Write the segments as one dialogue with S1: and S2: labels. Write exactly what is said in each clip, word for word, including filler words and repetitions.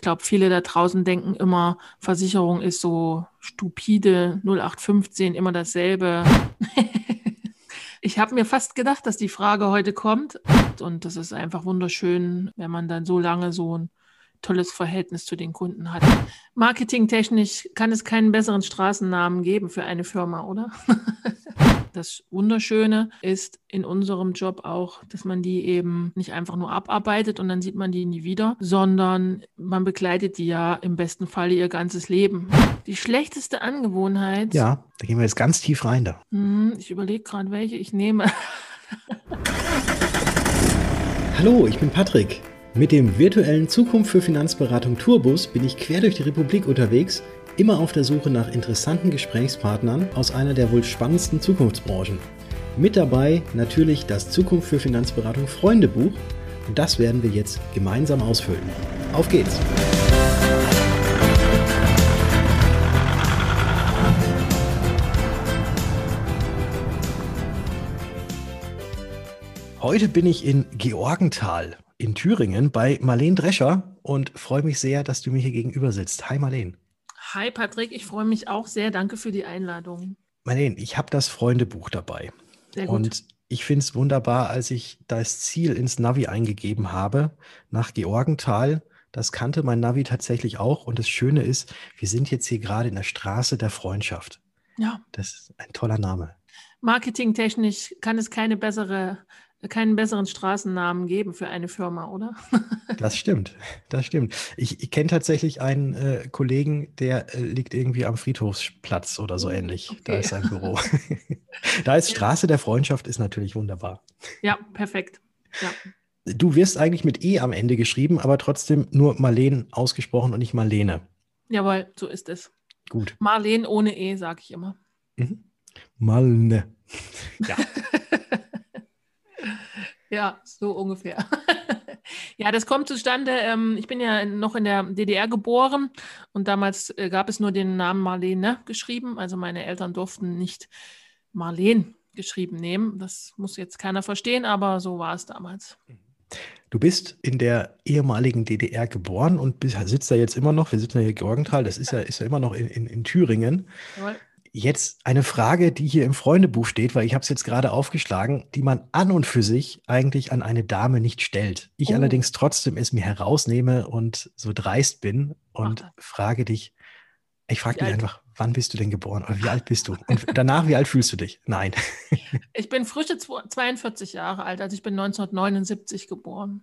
S1: glaube, viele da draußen denken immer, Versicherung ist so stupide, null acht fünfzehn, immer dasselbe. Ich habe mir fast gedacht, dass die Frage heute kommt. Und das ist einfach wunderschön, wenn man dann so lange so ein tolles Verhältnis zu den Kunden hat. Marketingtechnisch kann es keinen besseren Straßennamen geben für eine Firma, oder? Das Wunderschöne ist in unserem Job auch, dass man die eben nicht einfach nur abarbeitet und dann sieht man die nie wieder, sondern man begleitet die ja im besten Falle ihr ganzes Leben. Die schlechteste Angewohnheit.
S2: Ja, da gehen wir jetzt ganz tief rein da.
S1: Ich überlege gerade, welche ich nehme.
S2: Hallo, ich bin Patrick. Mit dem virtuellen Zukunft für Finanzberatung Tourbus bin ich quer durch die Republik unterwegs, immer auf der Suche nach interessanten Gesprächspartnern aus einer der wohl spannendsten Zukunftsbranchen. Mit dabei natürlich das Zukunft für Finanzberatung Freundebuch und das werden wir jetzt gemeinsam ausfüllen. Auf geht's! Heute bin ich in Georgenthal in Thüringen bei Marleen Drescher und freue mich sehr, dass du mir hier gegenüber sitzt. Hi Marleen.
S1: Hi Patrick, ich freue mich auch sehr. Danke für die Einladung.
S2: Marleen, ich habe das Freundebuch dabei.
S1: Sehr gut.
S2: Und ich finde es wunderbar, als ich das Ziel ins Navi eingegeben habe, nach Georgenthal. Das kannte mein Navi tatsächlich auch. Und das Schöne ist, wir sind jetzt hier gerade in der Straße der Freundschaft.
S1: Ja.
S2: Das ist ein toller Name.
S1: Marketingtechnisch kann es keine bessere keinen besseren Straßennamen geben für eine Firma, oder?
S2: Das stimmt, das stimmt. Ich, ich kenne tatsächlich einen äh, Kollegen, der äh, liegt irgendwie am Friedhofsplatz oder so ähnlich. Okay. Da ist sein Büro. Da ist Straße der Freundschaft, ist natürlich wunderbar.
S1: Ja, perfekt. Ja.
S2: Du wirst eigentlich mit E am Ende geschrieben, aber trotzdem nur Marleen ausgesprochen und nicht Marlene.
S1: Jawohl, so ist es.
S2: Gut.
S1: Marleen ohne E, sage ich immer.
S2: Mhm. Marlene. Ja.
S1: Ja, so ungefähr. Ja, das kommt zustande. Ähm, ich bin ja noch in der D D R geboren und damals äh, gab es nur den Namen Marlene geschrieben. Also meine Eltern durften nicht Marleen geschrieben nehmen. Das muss jetzt keiner verstehen, aber so war es damals.
S2: Du bist in der ehemaligen D D R geboren und bist, sitzt da jetzt immer noch. Wir sitzen ja hier in Georgenthal. Das ist ja, ist ja immer noch in, in, in Thüringen. Jawohl. Jetzt eine Frage, die hier im Freundebuch steht, weil ich habe es jetzt gerade aufgeschlagen, die man an und für sich eigentlich an eine Dame nicht stellt. Ich oh. allerdings trotzdem es mir herausnehme und so dreist bin und frage dich, ich frage dich einfach, wann bist du denn geboren oder wie alt bist du? Und danach, wie alt fühlst du dich? Nein.
S1: Ich bin frische zweiundvierzig Jahre alt, also ich bin neunzehnhundertneunundsiebzig geboren.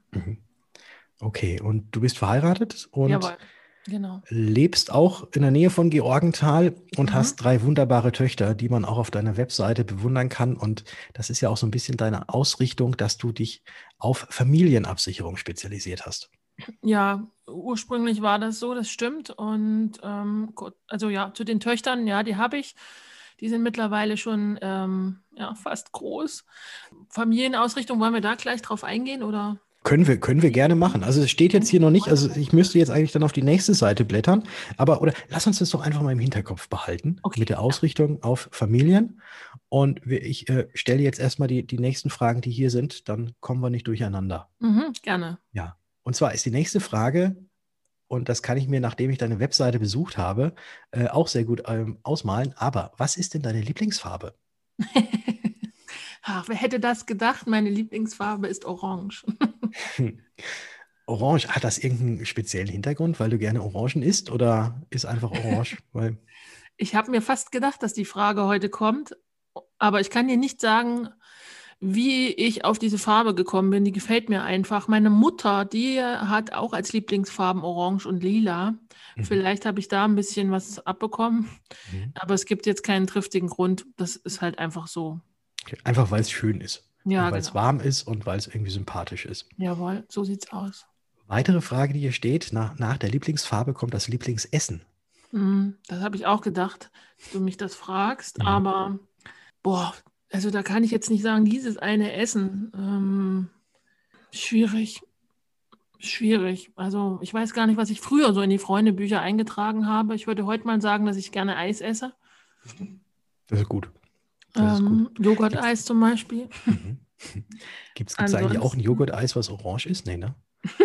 S2: Okay, und du bist verheiratet und
S1: Jawohl. Genau.
S2: Lebst auch in der Nähe von Georgenthal und mhm. hast drei wunderbare Töchter, die man auch auf deiner Webseite bewundern kann. Und das ist ja auch so ein bisschen deine Ausrichtung, dass du dich auf Familienabsicherung spezialisiert hast.
S1: Ja, ursprünglich war das so, das stimmt. Und ähm, also ja, zu den Töchtern, ja, die habe ich. Die sind mittlerweile schon ähm, ja, fast groß. Familienausrichtung, wollen wir da gleich drauf eingehen oder?
S2: Können wir, können wir gerne machen. Also es steht jetzt hier noch nicht, also ich müsste jetzt eigentlich dann auf die nächste Seite blättern, aber oder lass uns das doch einfach mal im Hinterkopf behalten, okay, mit der Ausrichtung ja. auf Familien. Und ich äh, stelle jetzt erstmal die, die nächsten Fragen, die hier sind, dann kommen wir nicht durcheinander.
S1: Mhm, gerne.
S2: Ja, und zwar ist die nächste Frage, und das kann ich mir, nachdem ich deine Webseite besucht habe, äh, auch sehr gut ähm, ausmalen, aber was ist denn deine Lieblingsfarbe?
S1: Ach, wer hätte das gedacht? Meine Lieblingsfarbe ist Orange.
S2: Orange, hat das irgendeinen speziellen Hintergrund, weil du gerne Orangen isst oder ist einfach Orange? Weil
S1: ich habe mir fast gedacht, dass die Frage heute kommt, aber ich kann dir nicht sagen, wie ich auf diese Farbe gekommen bin. Die gefällt mir einfach. Meine Mutter, die hat auch als Lieblingsfarben Orange und Lila. Mhm. Vielleicht habe ich da ein bisschen was abbekommen, mhm. aber es gibt jetzt keinen triftigen Grund. Das ist halt einfach so.
S2: Okay. Einfach, weil es schön ist.
S1: Ja,
S2: weil es
S1: genau.
S2: warm ist und weil es irgendwie sympathisch ist.
S1: Jawohl, so sieht's aus.
S2: Weitere Frage, die hier steht, nach, nach der Lieblingsfarbe kommt das Lieblingsessen.
S1: Mm, das habe ich auch gedacht, dass du mich das fragst, mhm. aber boah, also da kann ich jetzt nicht sagen, dieses eine Essen. Ähm, schwierig, schwierig. Also ich weiß gar nicht, was ich früher so in die Freundebücher eingetragen habe. Ich würde heute mal sagen, dass ich gerne Eis esse.
S2: Das ist gut.
S1: Ähm, Joghurt-Eis zum Beispiel.
S2: Mhm. Gibt es eigentlich auch ein Joghurt-Eis, was orange ist? Nee, ne?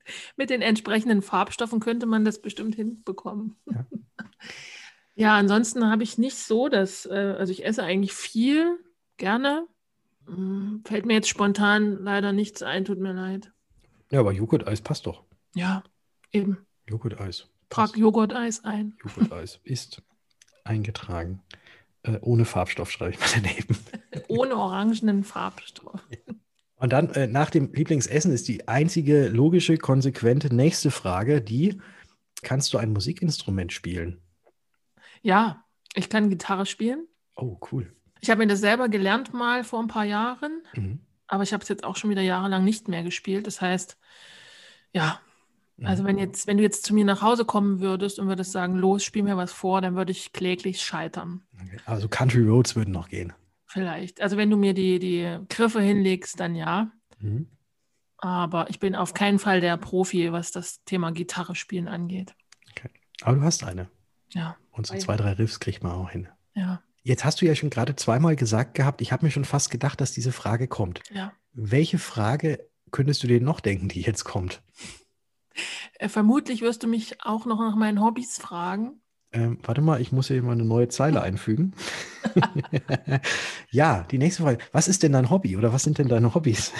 S1: Mit den entsprechenden Farbstoffen könnte man das bestimmt hinbekommen.
S2: Ja.
S1: Ja, ansonsten habe ich nicht so, dass, äh, also ich esse eigentlich viel, gerne. Hm, Fällt mir jetzt spontan leider nichts ein, tut mir leid.
S2: Ja, aber Joghurt-Eis passt doch.
S1: Ja, eben.
S2: Joghurt-Eis
S1: Trag
S2: passt.
S1: Joghurt-Eis ein.
S2: Joghurt-Eis ist eingetragen. Äh, ohne Farbstoff schreibe ich mal daneben.
S1: Ohne orangenen Farbstoff.
S2: Und dann äh, nach dem Lieblingsessen ist die einzige logische, konsequente nächste Frage die, kannst du ein Musikinstrument spielen?
S1: Ja, ich kann Gitarre spielen.
S2: Oh, cool.
S1: Ich habe mir das selber gelernt mal vor ein paar Jahren,
S2: Mhm.
S1: aber ich habe es jetzt auch schon wieder jahrelang nicht mehr gespielt. Das heißt, ja, also
S2: Mhm.
S1: wenn jetzt, wenn du jetzt zu mir nach Hause kommen würdest und würdest sagen, los, spiel mir was vor, dann würde ich kläglich scheitern.
S2: Okay. Also Country Roads würden noch gehen.
S1: Vielleicht. Also wenn du mir die, die Griffe hinlegst, dann ja.
S2: Mhm.
S1: Aber ich bin auf keinen Fall der Profi, was das Thema Gitarre spielen angeht.
S2: Okay. Aber du hast eine.
S1: Ja.
S2: Und so zwei, drei Riffs kriegt man auch hin.
S1: Ja.
S2: Jetzt hast du ja schon gerade zweimal gesagt gehabt, ich habe mir schon fast gedacht, dass diese Frage kommt.
S1: Ja.
S2: Welche Frage könntest du dir noch denken, die jetzt kommt?
S1: Äh, vermutlich wirst du mich auch noch nach meinen Hobbys fragen.
S2: Ähm, warte mal, ich muss hier mal eine neue Zeile einfügen. Ja, die nächste Frage. Was ist denn dein Hobby oder was sind denn deine Hobbys?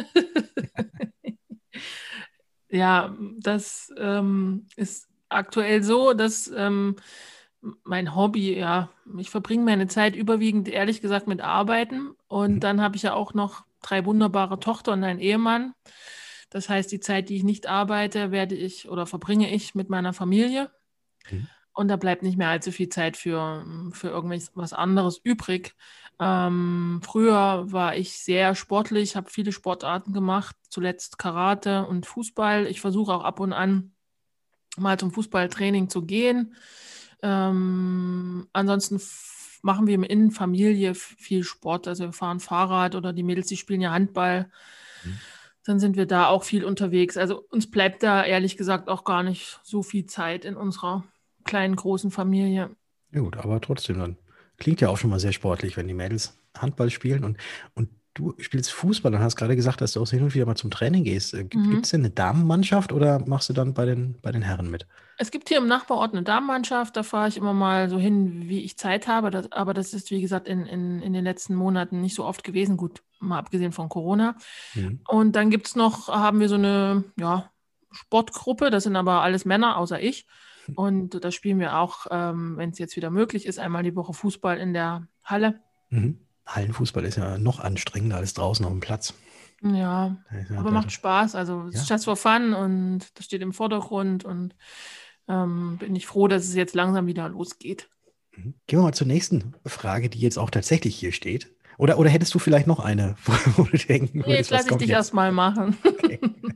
S1: Ja, das ähm, ist aktuell so, dass ähm, mein Hobby, ja, ich verbringe meine Zeit überwiegend, ehrlich gesagt, mit Arbeiten. Und
S2: Mhm.
S1: dann habe ich ja auch noch drei wunderbare Tochter und einen Ehemann. Das heißt, die Zeit, die ich nicht arbeite, werde ich oder verbringe ich mit meiner Familie.
S2: Mhm.
S1: Und da bleibt nicht mehr allzu viel Zeit für, für irgendwas anderes übrig. Ähm, früher war ich sehr sportlich, habe viele Sportarten gemacht, zuletzt Karate und Fußball. Ich versuche auch ab und an mal zum Fußballtraining zu gehen. Ähm, ansonsten f- machen wir in Familie f- viel Sport. Also wir fahren Fahrrad oder die Mädels, die spielen ja Handball.
S2: Mhm.
S1: Dann sind wir da auch viel unterwegs. Also uns bleibt da ehrlich gesagt auch gar nicht so viel Zeit in unserer kleinen, großen Familie.
S2: Ja gut, aber trotzdem dann. Klingt ja auch schon mal sehr sportlich, wenn die Mädels Handball spielen und, und du spielst Fußball und hast gerade gesagt, dass du auch hin und wieder mal zum Training gehst. Äh, Gibt
S1: Mhm.
S2: es denn eine Damenmannschaft oder machst du dann bei den, bei den Herren mit?
S1: Es gibt hier im Nachbarort eine Damenmannschaft, da fahre ich immer mal so hin, wie ich Zeit habe. Das, aber das ist, wie gesagt, in, in, in den letzten Monaten nicht so oft gewesen. Gut, mal abgesehen von Corona.
S2: Mhm.
S1: Und dann gibt es noch, haben wir so eine ja, Sportgruppe, das sind aber alles Männer, außer ich. Und da spielen wir auch, ähm, wenn es jetzt wieder möglich ist, einmal die Woche Fußball in der Halle.
S2: Mhm. Hallenfußball ist ja noch anstrengender als draußen auf dem Platz.
S1: Ja,
S2: Da ist ja,
S1: aber
S2: da,
S1: macht Spaß. Also es ist
S2: ja.
S1: just for fun und das steht im Vordergrund und ähm, bin ich froh, dass es jetzt langsam wieder losgeht.
S2: Mhm. Gehen wir mal zur nächsten Frage, die jetzt auch tatsächlich hier steht. Oder, oder hättest du vielleicht noch eine, wo, wo du denken
S1: Nee,
S2: würdest,
S1: jetzt
S2: was
S1: lasse ich
S2: kommt
S1: dich
S2: jetzt?
S1: erst mal machen.
S2: Okay.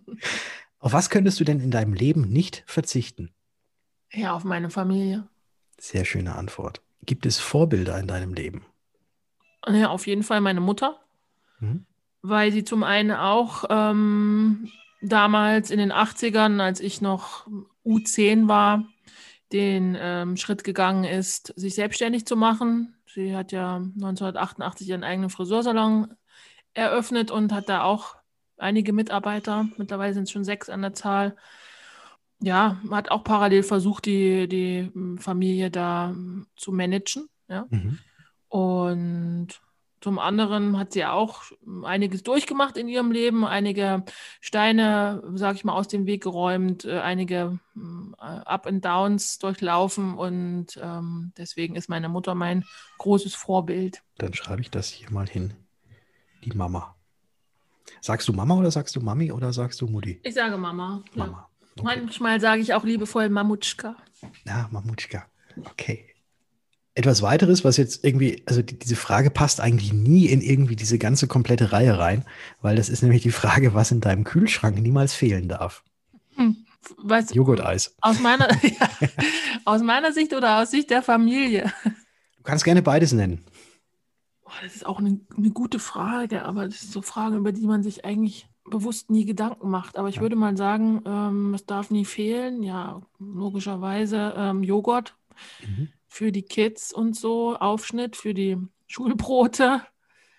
S2: Auf was könntest du denn in deinem Leben nicht verzichten?
S1: Ja, auf meine Familie.
S2: Sehr schöne Antwort. Gibt es Vorbilder in deinem Leben?
S1: Ja, auf jeden Fall meine Mutter,
S2: Mhm.
S1: weil sie zum einen auch ähm, damals in den achtzigern, als ich noch U zehn war, den ähm, Schritt gegangen ist, sich selbstständig zu machen. Sie hat ja neunzehnhundertachtundachtzig ihren eigenen Friseursalon eröffnet und hat da auch einige Mitarbeiter. Mittlerweile sind es schon sechs an der Zahl. Ja, hat auch parallel versucht, die, die ähm, Familie da ähm, zu managen. Ja.
S2: Mhm.
S1: Und zum anderen hat sie auch einiges durchgemacht in ihrem Leben, einige Steine, sag ich mal, aus dem Weg geräumt, äh, einige äh, Up and Downs durchlaufen und ähm, deswegen ist meine Mutter mein großes Vorbild.
S2: Dann schreibe ich das hier mal hin. Die Mama. Sagst du Mama oder sagst du Mami oder sagst du Mutti?
S1: Ich sage Mama. Ja.
S2: Mama. Okay.
S1: Manchmal sage ich auch liebevoll Mamutschka.
S2: Ja, Mamutschka. Okay. Etwas weiteres, was jetzt irgendwie, also die, diese Frage passt eigentlich nie in irgendwie diese ganze komplette Reihe rein, weil das ist nämlich die Frage, was in deinem Kühlschrank niemals fehlen darf.
S1: Hm. Was,
S2: Joghurt-Eis.
S1: aus meiner, ja, aus meiner Sicht oder aus Sicht der Familie?
S2: Du kannst gerne beides nennen.
S1: Boah, das ist auch eine, eine gute Frage, aber das ist so Fragen, über die man sich eigentlich bewusst nie Gedanken macht. Aber ich
S2: Ja.
S1: würde mal sagen, ähm, es darf nie fehlen. Ja, logischerweise ähm, Joghurt
S2: Mhm.
S1: für die Kids und so, Aufschnitt für die Schulbrote,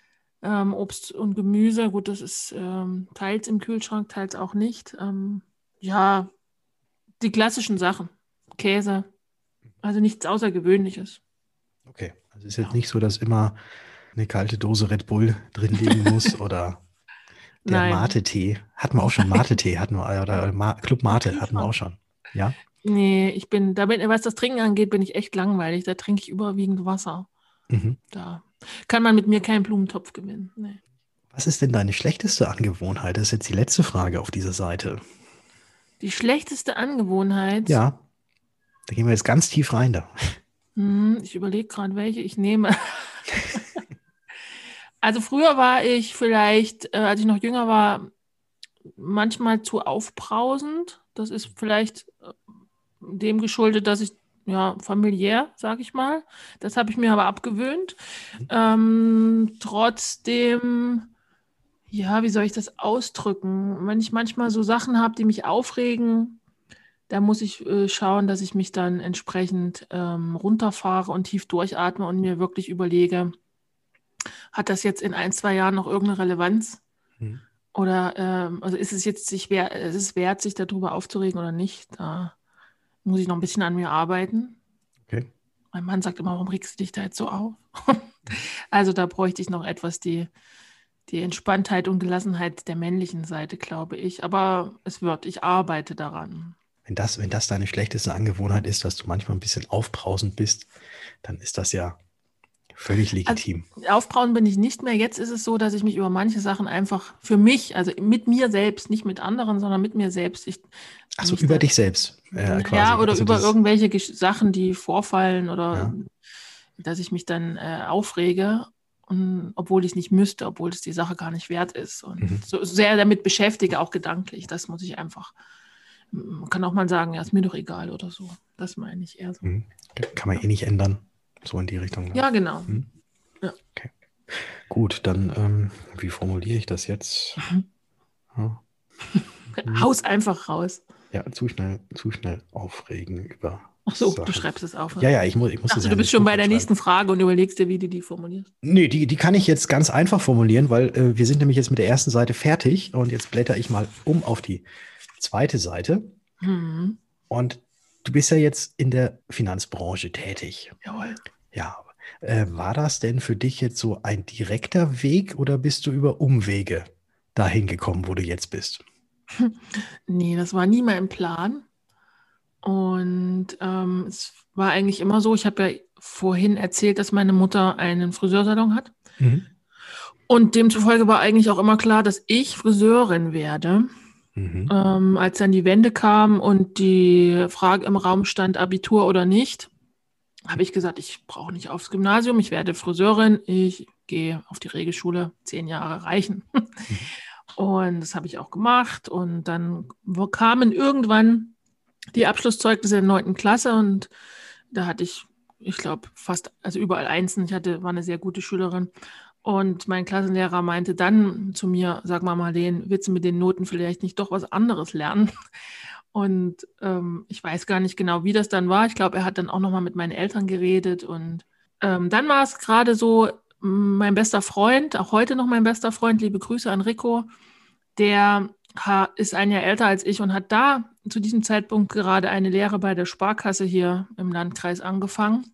S1: ähm, Obst und Gemüse. Gut, das ist ähm, teils im Kühlschrank, teils auch nicht. Ähm, Ja, die klassischen Sachen. Käse, also nichts Außergewöhnliches.
S2: Okay, also es ist jetzt nicht so, dass immer eine kalte Dose Red Bull drin liegen muss oder der
S1: Nein.
S2: Mate-Tee. Hatten wir auch schon Mate-Tee, hatten wir, oder Ma Club Mate
S1: Okay,
S2: hatten wir auch
S1: schon.
S2: schon. Ja?
S1: Nee, ich bin, da bin, was das Trinken angeht, bin ich echt langweilig. Da trinke ich überwiegend Wasser.
S2: Mhm.
S1: Da kann man mit mir keinen Blumentopf gewinnen. Nee.
S2: Was ist denn deine schlechteste Angewohnheit? Das ist jetzt die letzte Frage auf dieser Seite.
S1: Die schlechteste Angewohnheit,
S2: Ja, da gehen wir jetzt ganz tief rein da.
S1: hm, ich überlege gerade, welche ich nehme. Also früher war ich vielleicht, äh, als ich noch jünger war, manchmal zu aufbrausend. Das ist vielleicht äh, dem geschuldet, dass ich, ja, familiär, sage ich mal. Das habe ich mir aber abgewöhnt. Ähm, trotzdem, ja, wie soll ich das ausdrücken? Wenn ich manchmal so Sachen habe, die mich aufregen, da muss ich äh, schauen, dass ich mich dann entsprechend ähm, runterfahre und tief durchatme und mir wirklich überlege, hat das jetzt in ein, zwei Jahren noch irgendeine Relevanz?
S2: Mhm.
S1: Oder ähm, also ist es jetzt sich wert, ist es wert, sich darüber aufzuregen oder nicht? Da muss ich noch ein bisschen an mir arbeiten.
S2: Okay.
S1: Mein Mann sagt immer, warum regst du dich da jetzt so auf? Also da bräuchte ich noch etwas die, die Entspanntheit und Gelassenheit der männlichen Seite, glaube ich. Aber es wird, ich arbeite daran.
S2: Wenn das, wenn das deine schlechteste Angewohnheit ist, dass du manchmal ein bisschen aufbrausend bist, dann ist das ja völlig
S1: Also
S2: legitim.
S1: aufbrauen bin ich nicht mehr. Jetzt ist es so, dass ich mich über manche Sachen einfach für mich, also mit mir selbst, nicht mit anderen, sondern mit mir selbst, ich
S2: Ach so,
S1: mich
S2: über
S1: da,
S2: dich selbst äh,
S1: ja,
S2: quasi.
S1: oder
S2: Also
S1: über
S2: das,
S1: irgendwelche Gesch- Sachen, die vorfallen oder
S2: ja.
S1: dass ich mich dann äh, aufrege, und, obwohl ich es nicht müsste, obwohl es die Sache gar nicht wert ist
S2: Mhm.
S1: und so sehr damit beschäftige, auch gedanklich. Das muss ich einfach, man kann auch mal sagen, ja, ist mir doch egal oder so. Das meine ich eher so.
S2: Mhm. Kann man
S1: Ja,
S2: eh nicht ändern. So in die Richtung. Ne?
S1: ja, genau.
S2: Mhm.
S1: Ja.
S2: Okay. Gut, dann, ähm, wie formuliere ich das jetzt? Ja.
S1: Haus einfach raus.
S2: Ja, zu schnell, zu schnell aufregen über
S1: Ach so, du
S2: Sachen.
S1: schreibst es auf.
S2: Ja, ja, ich muss, ich muss
S1: Ach
S2: das
S1: so,
S2: ja
S1: du
S2: in
S1: bist
S2: das
S1: schon
S2: Buch
S1: bei der
S2: reinschreiben.
S1: nächsten Frage und überlegst dir, wie du die formulierst.
S2: Nee, die, die kann ich jetzt ganz einfach formulieren, weil äh, wir sind nämlich jetzt mit der ersten Seite fertig und jetzt blätter ich mal um auf die zweite Seite.
S1: Hm.
S2: Und du bist ja jetzt in der Finanzbranche tätig.
S1: Jawohl.
S2: Ja, äh, war das denn für dich jetzt so ein direkter Weg oder bist du über Umwege dahin gekommen, wo du jetzt bist?
S1: Nee, das war nie mein Plan. Und ähm, es war eigentlich immer so, ich habe ja vorhin erzählt, dass meine Mutter einen Friseursalon hat.
S2: Mhm.
S1: Und demzufolge war eigentlich auch immer klar, dass ich Friseurin werde.
S2: Mhm.
S1: Ähm, als dann die Wende kam und die Frage im Raum stand, Abitur oder nicht, habe ich gesagt, ich brauche nicht aufs Gymnasium, ich werde Friseurin, ich gehe auf die Regelschule, zehn Jahre reichen.
S2: Mhm.
S1: Und das habe ich auch gemacht. Und dann kamen irgendwann die Abschlusszeugnisse der neunten Klasse und da hatte ich, ich glaube, fast, also überall Einsen. Ich hatte, war eine sehr gute Schülerin. Und mein Klassenlehrer meinte dann zu mir, sag mal, Marleen, willst du mit den Noten vielleicht nicht doch was anderes lernen? Und ähm, ich weiß gar nicht genau, wie das dann war. Ich glaube, er hat dann auch nochmal mit meinen Eltern geredet. Und ähm, dann war es gerade so, mein bester Freund, auch heute noch mein bester Freund, liebe Grüße an Rico, der ist ein Jahr älter als ich und hat da zu diesem Zeitpunkt gerade eine Lehre bei der Sparkasse hier im Landkreis angefangen.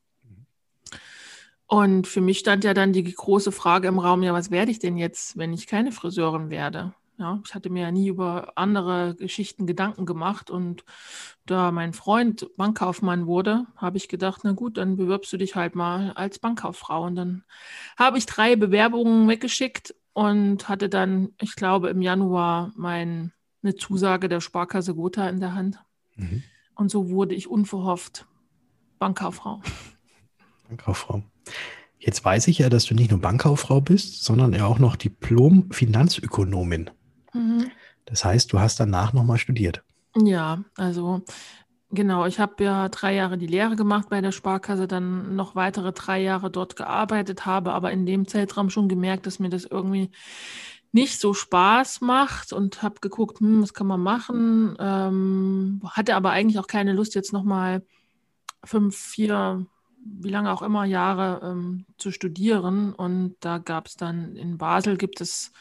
S1: Und für mich stand ja dann die große Frage im Raum, ja, was werde ich denn jetzt, wenn ich keine Friseurin werde? Ja, ich hatte mir ja nie über andere Geschichten Gedanken gemacht und da mein Freund Bankkaufmann wurde, habe ich gedacht, na gut, dann bewirbst du dich halt mal als Bankkauffrau. Und dann habe ich drei Bewerbungen weggeschickt und hatte dann, ich glaube, im Januar mein, eine Zusage der Sparkasse Gotha in der Hand.
S2: Mhm.
S1: Und so wurde ich unverhofft Bankkauffrau.
S2: Bankkauffrau. Jetzt weiß ich ja, dass du nicht nur Bankkauffrau bist, sondern ja auch noch Diplom-Finanzökonomin.
S1: Mhm.
S2: Das heißt, du hast danach nochmal studiert.
S1: Ja, also genau, ich habe ja drei Jahre die Lehre gemacht bei der Sparkasse, dann noch weitere drei Jahre dort gearbeitet, habe aber in dem Zeitraum schon gemerkt, dass mir das irgendwie nicht so Spaß macht und habe geguckt, hm, was kann man machen, ähm, hatte aber eigentlich auch keine Lust, jetzt nochmal fünf, vier, wie lange auch immer Jahre ähm, zu studieren. Und da gab es dann in Basel, gibt es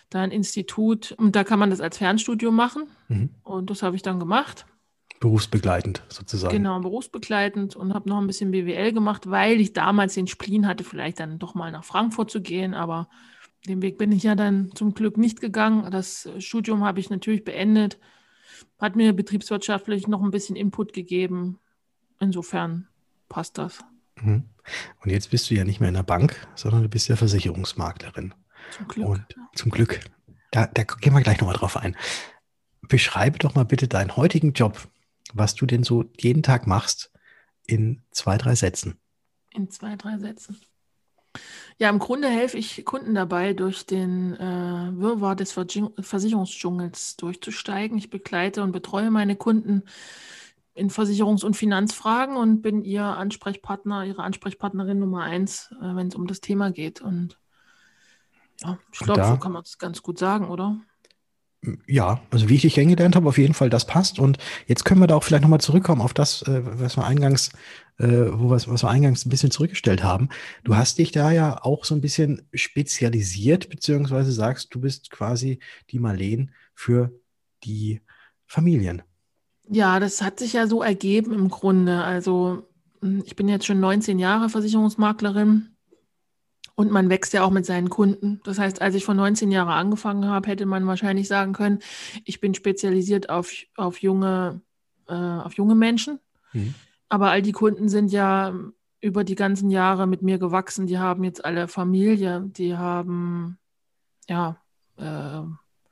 S1: da ein Institut und da kann man das als Fernstudium machen.
S2: Mhm.
S1: Und das habe ich dann gemacht.
S2: Berufsbegleitend sozusagen.
S1: Genau, berufsbegleitend und habe noch ein bisschen B W L gemacht, weil ich damals den Spleen hatte, vielleicht dann doch mal nach Frankfurt zu gehen. Aber den Weg bin ich ja dann zum Glück nicht gegangen. Das Studium habe ich natürlich beendet, hat mir betriebswirtschaftlich noch ein bisschen Input gegeben. Insofern passt das.
S2: Mhm. Und jetzt bist du ja nicht mehr in der Bank, sondern du bist ja Versicherungsmaklerin.
S1: Zum Glück.
S2: Und zum Glück. Da, da gehen wir gleich nochmal drauf ein. Beschreibe doch mal bitte deinen heutigen Job, was du denn so jeden Tag machst, in zwei, drei Sätzen.
S1: In zwei, drei Sätzen. Ja, im Grunde helfe ich Kunden dabei, durch den äh, Wirrwarr des Vergi- Versicherungsdschungels durchzusteigen. Ich begleite und betreue meine Kunden in Versicherungs- und Finanzfragen und bin ihr Ansprechpartner, ihre Ansprechpartnerin Nummer eins, äh, wenn es um das Thema geht. Und ja, ich
S2: Und
S1: glaube,
S2: da-
S1: so kann man es ganz gut sagen, oder?
S2: Ja, also wie ich dich kennengelernt habe, auf jeden Fall, das passt. Und jetzt können wir da auch vielleicht nochmal zurückkommen auf das, äh, was wir eingangs, äh, wo wir, was wir eingangs ein bisschen zurückgestellt haben. Du hast dich da ja auch so ein bisschen spezialisiert, beziehungsweise sagst, du bist quasi die Marleen für die Familien.
S1: Ja, das hat sich ja so ergeben im Grunde. Also mh, ich bin jetzt schon neunzehn Jahre Versicherungsmaklerin und man wächst ja auch mit seinen Kunden. Das heißt, als ich vor neunzehn Jahren angefangen habe, hätte man wahrscheinlich sagen können, ich bin spezialisiert auf, auf junge, äh, auf junge Menschen.
S2: Mhm.
S1: Aber all die Kunden sind ja über die ganzen Jahre mit mir gewachsen. Die haben jetzt alle Familie, die haben ja äh,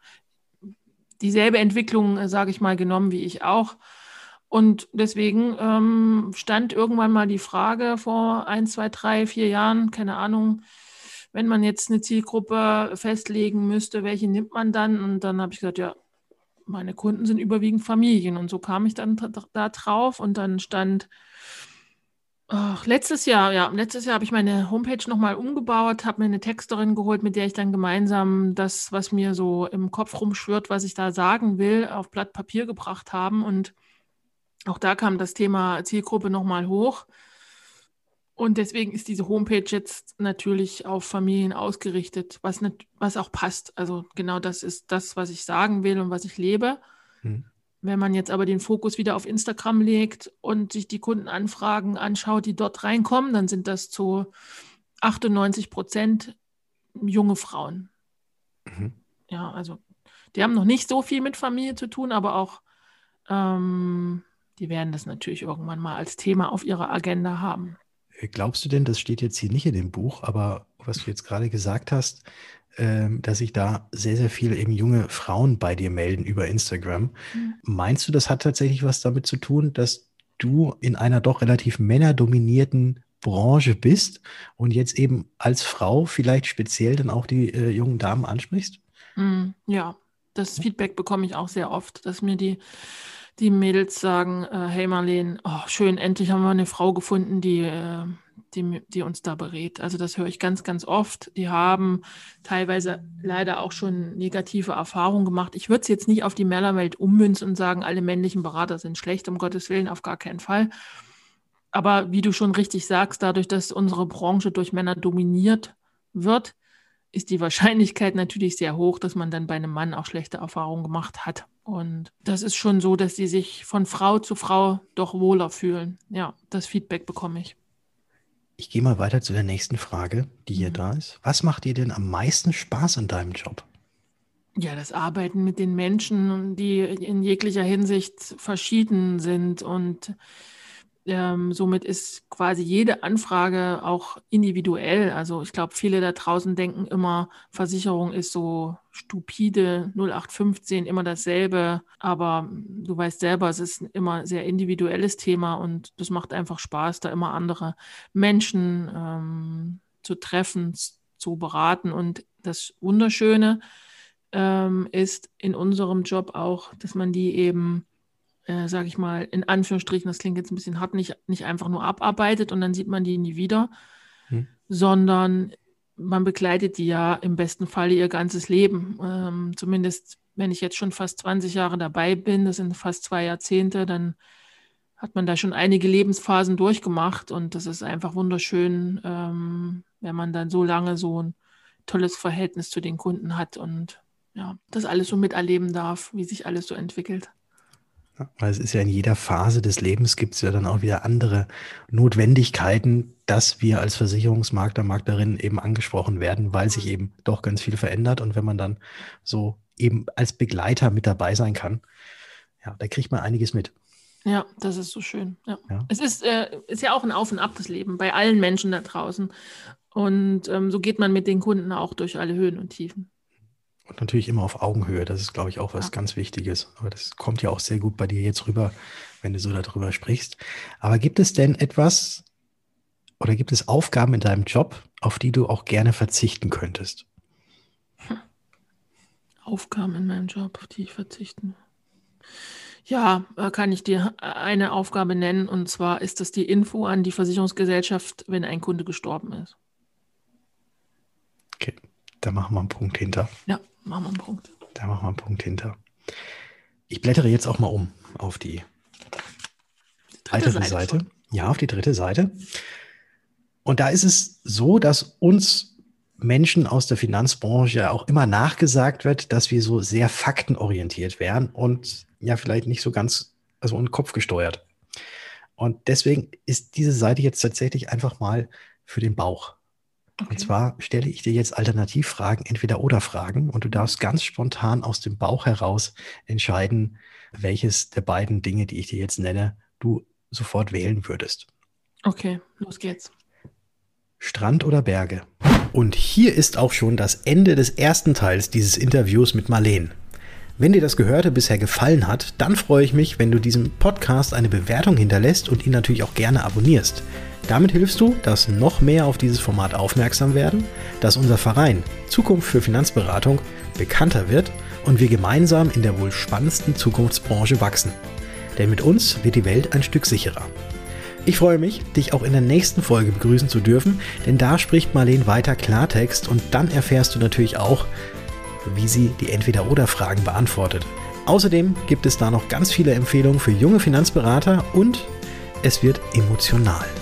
S1: dieselbe Entwicklung, äh, sage ich mal, genommen wie ich auch. Und deswegen ähm, stand irgendwann mal die Frage vor ein, zwei, drei, vier Jahren, keine Ahnung, wenn man jetzt eine Zielgruppe festlegen müsste, welche nimmt man dann? Und dann habe ich gesagt, ja, meine Kunden sind überwiegend Familien. Und so kam ich dann da, da drauf und dann stand, ach, letztes Jahr, ja, letztes Jahr habe ich meine Homepage nochmal umgebaut, habe mir eine Texterin geholt, mit der ich dann gemeinsam das, was mir so im Kopf rumschwirrt, was ich da sagen will, auf Blatt Papier gebracht haben. Und auch da kam das Thema Zielgruppe nochmal hoch. Und deswegen ist diese Homepage jetzt natürlich auf Familien ausgerichtet, was, nicht, was auch passt. Also genau das ist das, was ich sagen will und was ich lebe.
S2: Mhm.
S1: Wenn man jetzt aber den Fokus wieder auf Instagram legt und sich die Kundenanfragen anschaut, die dort reinkommen, dann sind das zu achtundneunzig Prozent junge Frauen.
S2: Mhm.
S1: Ja, also die haben noch nicht so viel mit Familie zu tun, aber auch ähm, die werden das natürlich irgendwann mal als Thema auf ihrer Agenda haben.
S2: Glaubst du denn, das steht jetzt hier nicht in dem Buch, aber was du jetzt gerade gesagt hast, ähm, dass sich da sehr, sehr viele eben junge Frauen bei dir melden über Instagram.
S1: Mhm.
S2: Meinst du, das hat tatsächlich was damit zu tun, dass du in einer doch relativ männerdominierten Branche bist und jetzt eben als Frau vielleicht speziell dann auch die äh, jungen Damen ansprichst?
S1: Mhm, ja, das Feedback bekomme ich auch sehr oft, dass mir die, die Mädels sagen, äh, hey Marleen, oh, schön, endlich haben wir eine Frau gefunden, die, äh, die, die uns da berät. Also das höre ich ganz, ganz oft. Die haben teilweise leider auch schon negative Erfahrungen gemacht. Ich würde es jetzt nicht auf die Männerwelt ummünzen und sagen, alle männlichen Berater sind schlecht, um Gottes Willen, auf gar keinen Fall. Aber wie du schon richtig sagst, dadurch, dass unsere Branche durch Männer dominiert wird, ist die Wahrscheinlichkeit natürlich sehr hoch, dass man dann bei einem Mann auch schlechte Erfahrungen gemacht hat. Und das ist schon so, dass sie sich von Frau zu Frau doch wohler fühlen. Ja, das Feedback bekomme ich.
S2: Ich gehe mal weiter zu der nächsten Frage, die hier
S1: Mhm.
S2: da ist. Was macht dir denn am meisten Spaß an deinem Job?
S1: Ja, das Arbeiten mit den Menschen, die in jeglicher Hinsicht verschieden sind und ähm, somit ist quasi jede Anfrage auch individuell. Also ich glaube, viele da draußen denken immer, Versicherung ist so stupide, null acht fünfzehn, immer dasselbe. Aber du weißt selber, es ist ein immer sehr individuelles Thema und das macht einfach Spaß, da immer andere Menschen ähm, zu treffen, zu beraten. Und das Wunderschöne ähm, ist in unserem Job auch, dass man die eben äh, sage ich mal, in Anführungsstrichen, das klingt jetzt ein bisschen hart, nicht, nicht einfach nur abarbeitet und dann sieht man die nie wieder,
S2: Hm?
S1: sondern man begleitet die ja im besten Falle ihr ganzes Leben. Ähm, zumindest, wenn ich jetzt schon fast zwanzig Jahre dabei bin, das sind fast zwei Jahrzehnte, dann hat man da schon einige Lebensphasen durchgemacht und das ist einfach wunderschön, ähm, wenn man dann so lange so ein tolles Verhältnis zu den Kunden hat und ja, das alles so miterleben darf, wie sich alles so entwickelt.
S2: Ja, weil es ist ja in jeder Phase des Lebens gibt es ja dann auch wieder andere Notwendigkeiten, dass wir als Versicherungsmakler, Maklerin eben angesprochen werden, weil sich eben doch ganz viel verändert. Und wenn man dann so eben als Begleiter mit dabei sein kann, ja, da kriegt man einiges mit.
S1: Ja, das ist so schön. Ja.
S2: Ja.
S1: Es ist, äh, ist ja auch ein Auf und Ab des Lebens bei allen Menschen da draußen. Und ähm, so geht man mit den Kunden auch durch alle Höhen und Tiefen.
S2: Und natürlich immer auf Augenhöhe. Das ist, glaube ich, auch was
S1: Ja.
S2: ganz Wichtiges. Aber das kommt ja auch sehr gut bei dir jetzt rüber, wenn du so darüber sprichst. Aber gibt es denn etwas oder gibt es Aufgaben in deinem Job, auf die du auch gerne verzichten könntest?
S1: Hm. Aufgaben in meinem Job, auf die ich verzichten. Ja, kann ich dir eine Aufgabe nennen, und zwar ist das die Info an die Versicherungsgesellschaft, wenn ein Kunde gestorben ist.
S2: Okay, da machen wir einen Punkt hinter.
S1: Ja, machen wir einen Punkt.
S2: Da machen wir einen Punkt hinter. Ich blättere jetzt auch mal um auf die, die weitere Seite. Seite. Ja, auf die dritte Seite. Und da ist es so, dass uns Menschen aus der Finanzbranche auch immer nachgesagt wird, dass wir so sehr faktenorientiert wären und ja vielleicht nicht so ganz, also und kopfgesteuert. Und deswegen ist diese Seite jetzt tatsächlich einfach mal für den Bauch. Okay. Und zwar stelle ich dir jetzt Alternativfragen, entweder oder Fragen, und du darfst ganz spontan aus dem Bauch heraus entscheiden, welches der beiden Dinge, die ich dir jetzt nenne, du sofort wählen würdest.
S1: Okay, los geht's.
S2: Strand oder Berge? Und hier ist auch schon das Ende des ersten Teils dieses Interviews mit Marleen. Wenn dir das Gehörte bisher gefallen hat, dann freue ich mich, wenn du diesem Podcast eine Bewertung hinterlässt und ihn natürlich auch gerne abonnierst. Damit hilfst du, dass noch mehr auf dieses Format aufmerksam werden, dass unser Verein Zukunft für Finanzberatung bekannter wird und wir gemeinsam in der wohl spannendsten Zukunftsbranche wachsen. Denn mit uns wird die Welt ein Stück sicherer. Ich freue mich, dich auch in der nächsten Folge begrüßen zu dürfen, denn da spricht Marleen weiter Klartext und dann erfährst du natürlich auch, wie sie die Entweder-oder-Fragen beantwortet. Außerdem gibt es da noch ganz viele Empfehlungen für junge Finanzberater und es wird emotional.